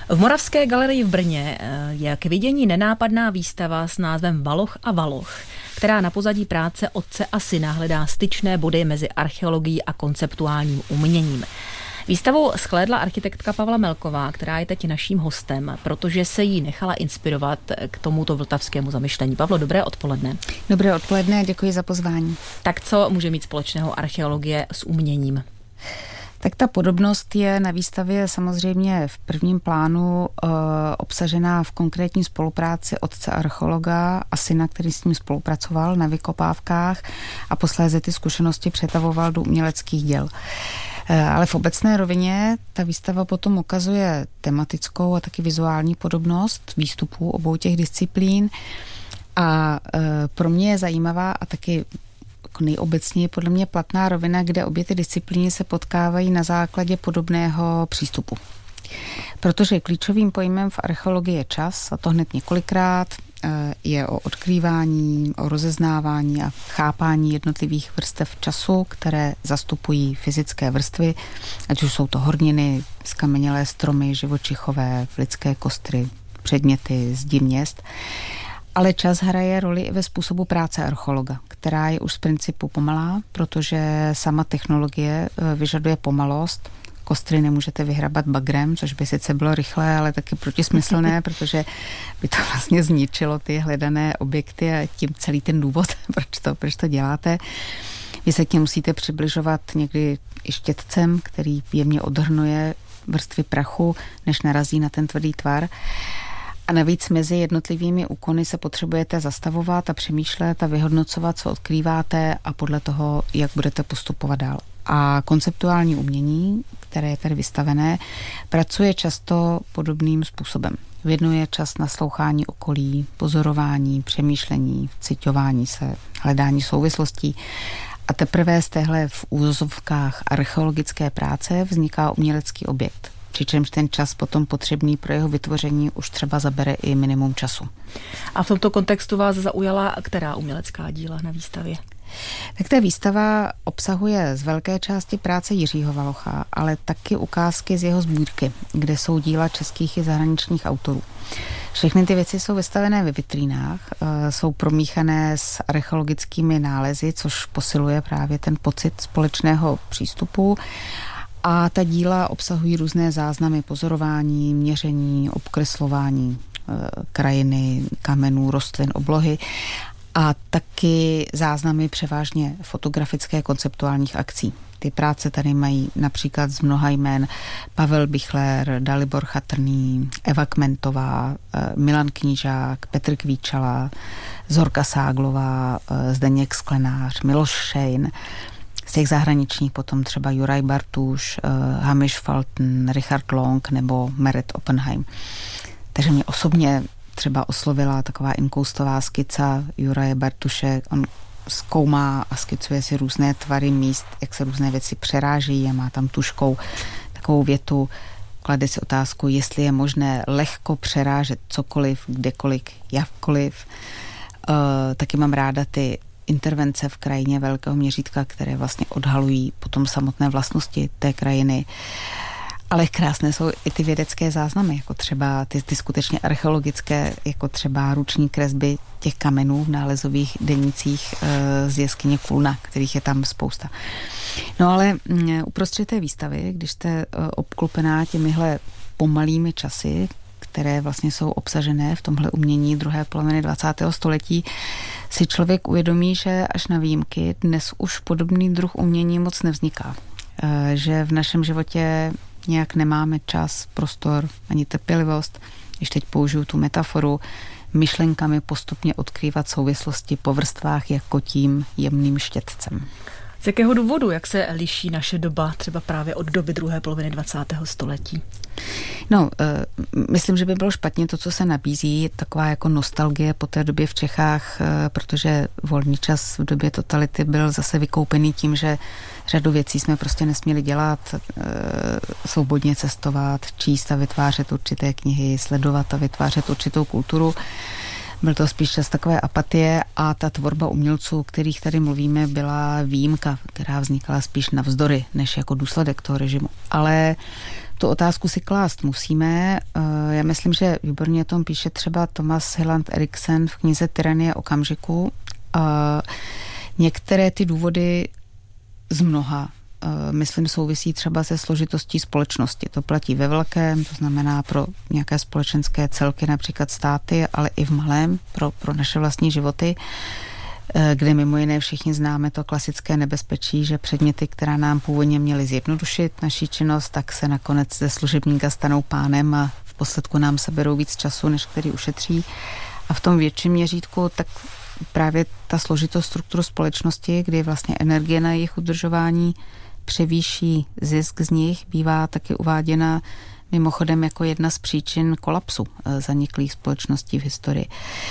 V Moravské galerii v Brně je k vidění nenápadná výstava s názvem Valoch a Valoch, která na pozadí práce otce a syna hledá styčné body mezi archeologií a konceptuálním uměním. Výstavu shlédla architektka Pavla Melková, která je teď naším hostem, protože se jí nechala inspirovat k tomuto vltavskému zamyšlení. Pavlo, dobré odpoledne. Dobré odpoledne, děkuji za pozvání. Tak co může mít společného archeologie s uměním? Tak ta podobnost je na výstavě samozřejmě v prvním plánu obsažená v konkrétní spolupráci otce archeologa a syna, který s ním spolupracoval na vykopávkách a posléze ty zkušenosti přetavoval do uměleckých děl. Ale v obecné rovině ta výstava potom ukazuje tematickou a taky vizuální podobnost výstupů obou těch disciplín a pro mě je zajímavá a taky nejobecněji podle mě platná rovina, kde obě ty disciplíny se potkávají na základě podobného přístupu. Protože klíčovým pojmem v archeologii je čas, a to hned několikrát, je o odkrývání, o rozeznávání a chápání jednotlivých vrstev času, které zastupují fyzické vrstvy, ať už jsou to horniny, skamenělé stromy, živočichové, lidské kostry, předměty, zdi měst. Ale čas hraje roli i ve způsobu práce archeologa, která je už z principu pomalá, protože sama technologie vyžaduje pomalost. Kostry nemůžete vyhrabat bagrem, což by sice bylo rychlé, ale taky protismyslné, protože by to vlastně zničilo ty hledané objekty a tím celý ten důvod, proč to děláte. Vy se k něm musíte přibližovat někdy i štětcem, který jemně odhrnuje vrstvy prachu, než narazí na ten tvrdý tvar. A navíc mezi jednotlivými úkony se potřebujete zastavovat a přemýšlet a vyhodnocovat, co odkrýváte a podle toho, jak budete postupovat dál. A konceptuální umění, které je tady vystavené, pracuje často podobným způsobem. Věnuje čas naslouchání okolí, pozorování, přemýšlení, vciťování se, hledání souvislostí. A teprve z téhle v úvozovkách archeologické práce vzniká umělecký objekt. Přičemž ten čas potom potřebný pro jeho vytvoření už třeba zabere i minimum času. A v tomto kontextu vás zaujala která umělecká díla na výstavě? Tak ta výstava obsahuje z velké části práce Jiřího Valocha, ale taky ukázky z jeho sbírky, kde jsou díla českých i zahraničních autorů. Všechny ty věci jsou vystavené ve vitrínách, jsou promíchané s archeologickými nálezy, což posiluje právě ten pocit společného přístupu. A ta díla obsahují různé záznamy pozorování, měření, obkreslování krajiny, kamenů, rostlin, oblohy a taky záznamy převážně fotografické konceptuálních akcí. Ty práce tady mají například z mnoha jmén Pavel Bichler, Dalibor Chatrný, Eva Kmentová, Milan Knížák, Petr Kvíčala, Zorka Ságlová, Zdeněk Sklenář, Miloš Šejn. Z těch zahraničních potom třeba Juraj Bartuš, Hamish Fulton, Richard Long nebo Meret Oppenheim. Takže mě osobně třeba oslovila taková inkoustová skica Juraje Bartuše. On zkoumá a skicuje si různé tvary míst, jak se různé věci přeráží a má tam tužkou takovou větu, klade si otázku, jestli je možné lehko přerážet cokoliv, kdekoliv, jakkoliv. Taky mám ráda ty intervence v krajině velkého měřítka, které vlastně odhalují potom samotné vlastnosti té krajiny. Ale krásné jsou i ty vědecké záznamy, jako třeba ty skutečně archeologické, jako třeba ruční kresby těch kamenů v nálezových denících z jeskyně Kulna, kterých je tam spousta. No ale uprostřed té výstavy, když jste obklopená těmihle pomalými časy, které vlastně jsou obsažené v tomhle umění druhé poloviny 20. století, si člověk uvědomí, že až na výjimky dnes už podobný druh umění moc nevzniká. Že v našem životě nějak nemáme čas, prostor, ani trpělivost, když teď použiju tu metaforu, myšlenkami postupně odkrývat souvislosti po vrstvách jako tím jemným štětcem. Z jakého důvodu, jak se liší naše doba třeba právě od doby druhé poloviny 20. století? No, myslím, že by bylo špatně to, co se nabízí, taková jako nostalgie po té době v Čechách, protože volný čas v době totality byl zase vykoupený tím, že řadu věcí jsme prostě nesměli dělat, svobodně cestovat, číst a vytvářet určité knihy, sledovat a vytvářet určitou kulturu. Byl to spíš čas takové apatie a ta tvorba umělců, o kterých tady mluvíme, byla výjimka, která vznikala spíš navzdory, než jako důsledek toho režimu. Ale Tu otázku si klást musíme. Já myslím, že výborně o tom píše třeba Thomas Hylland Eriksen v knize Tyranie okamžiku. Některé ty důvody z mnoha, myslím, souvisí třeba se složitostí společnosti. To platí ve velkém, to znamená pro nějaké společenské celky, například státy, ale i v malém, pro naše vlastní životy, kde mimo jiné všichni známe to klasické nebezpečí, že předměty, která nám původně měly zjednodušit naši činnost, tak se nakonec ze služebníka stanou pánem a v posledku nám seberou víc času, než který ušetří. A v tom větším měřítku tak právě ta složitost struktur společnosti, kdy vlastně energie na jejich udržování převýší zisk z nich, bývá taky uváděna mimochodem jako jedna z příčin kolapsu zaniklých společností v historii.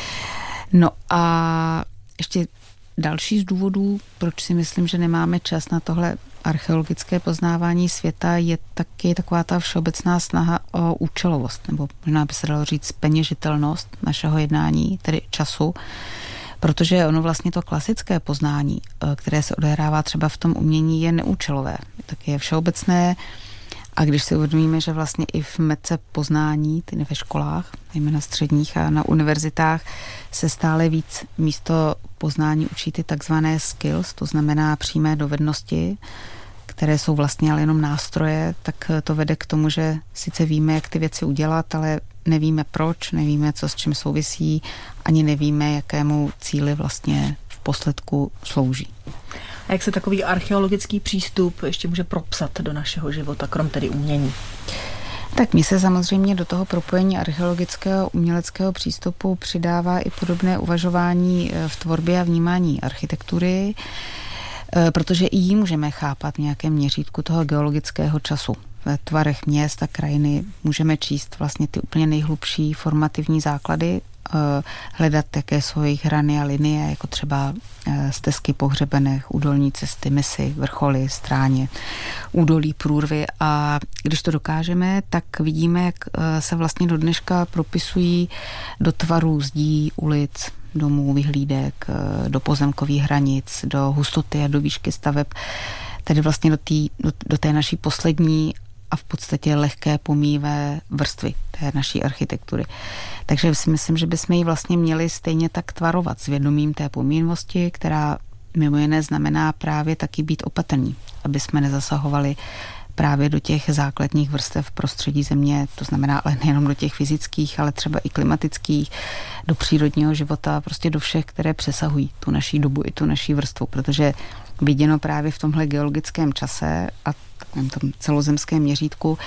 No a ještě další z důvodů, proč si myslím, že nemáme čas na tohle archeologické poznávání světa, je taky taková ta všeobecná snaha o účelovost, nebo možná by se dalo říct peněžitelnost našeho jednání, tedy času, protože ono vlastně to klasické poznání, které se odehrává třeba v tom umění, je neúčelové. Tak je všeobecné a když si uvědomíme, že vlastně i v metce poznání, tedy ve školách, na středních a na univerzitách, se stále víc místo poznání učí ty takzvané skills, to znamená přímé dovednosti, které jsou vlastně ale jenom nástroje, tak to vede k tomu, že sice víme, jak ty věci udělat, ale nevíme proč, nevíme, co s čím souvisí, ani nevíme, jakému cíli vlastně v posledku slouží. A jak se takový archeologický přístup ještě může propsat do našeho života, krom tedy umění? Tak mi se samozřejmě do toho propojení archeologického uměleckého přístupu přidává i podobné uvažování v tvorbě a vnímání architektury, protože i ji můžeme chápat v nějakém měřítku toho geologického času. Ve tvarech měst a krajiny můžeme číst vlastně ty úplně nejhlubší formativní základy, hledat, jaké jsou jejich hrany a linie, jako třeba stezky po hřebenech, údolní cesty, misy, vrcholy, stráně, údolí, průrvy, a když to dokážeme, tak vidíme, jak se vlastně do dneška propisují do tvarů zdí, ulic, domů, vyhlídek, do pozemkových hranic, do hustoty a do výšky staveb, tedy vlastně do té naší poslední a v podstatě lehké pomíjivé vrstvy té naší architektury. Takže si myslím, že bychom ji vlastně měli stejně tak tvarovat s vědomím té pomíjivosti, která mimo jiné znamená právě taky být opatrní, aby jsme nezasahovali právě do těch základních vrstev prostředí země, to znamená ale nejenom do těch fyzických, ale třeba i klimatických, do přírodního života, prostě do všech, které přesahují tu naší dobu i tu naší vrstvu, protože viděno právě v tomhle geologickém čase a takovém tom celozemském měřítku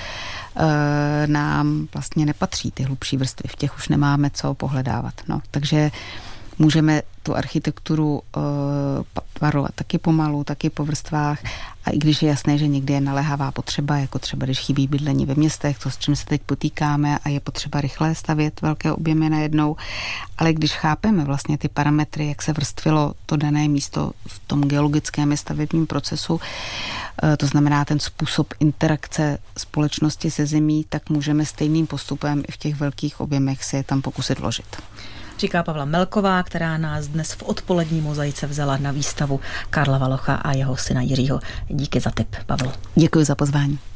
nám vlastně nepatří ty hlubší vrstvy, v těch už nemáme co pohledávat. No, takže můžeme tu architekturu tvarovat taky pomalu, taky po vrstvách, a i když je jasné, že někdy je naléhavá potřeba, jako třeba když chybí bydlení ve městech, to, s čím se teď potýkáme, a je potřeba rychle stavět velké objemy najednou, ale když chápeme vlastně ty parametry, jak se vrstvilo to dané místo v tom geologickém stavebním procesu, to znamená ten způsob interakce společnosti se zemí, tak můžeme stejným postupem i v těch velkých objemech si je tam pokusit vložit. Říká Pavla Melková, která nás dnes v odpolední mozaice vzala na výstavu Karla Valocha a jeho syna Jiřího. Díky za tip, Pavlo. Děkuji za pozvání.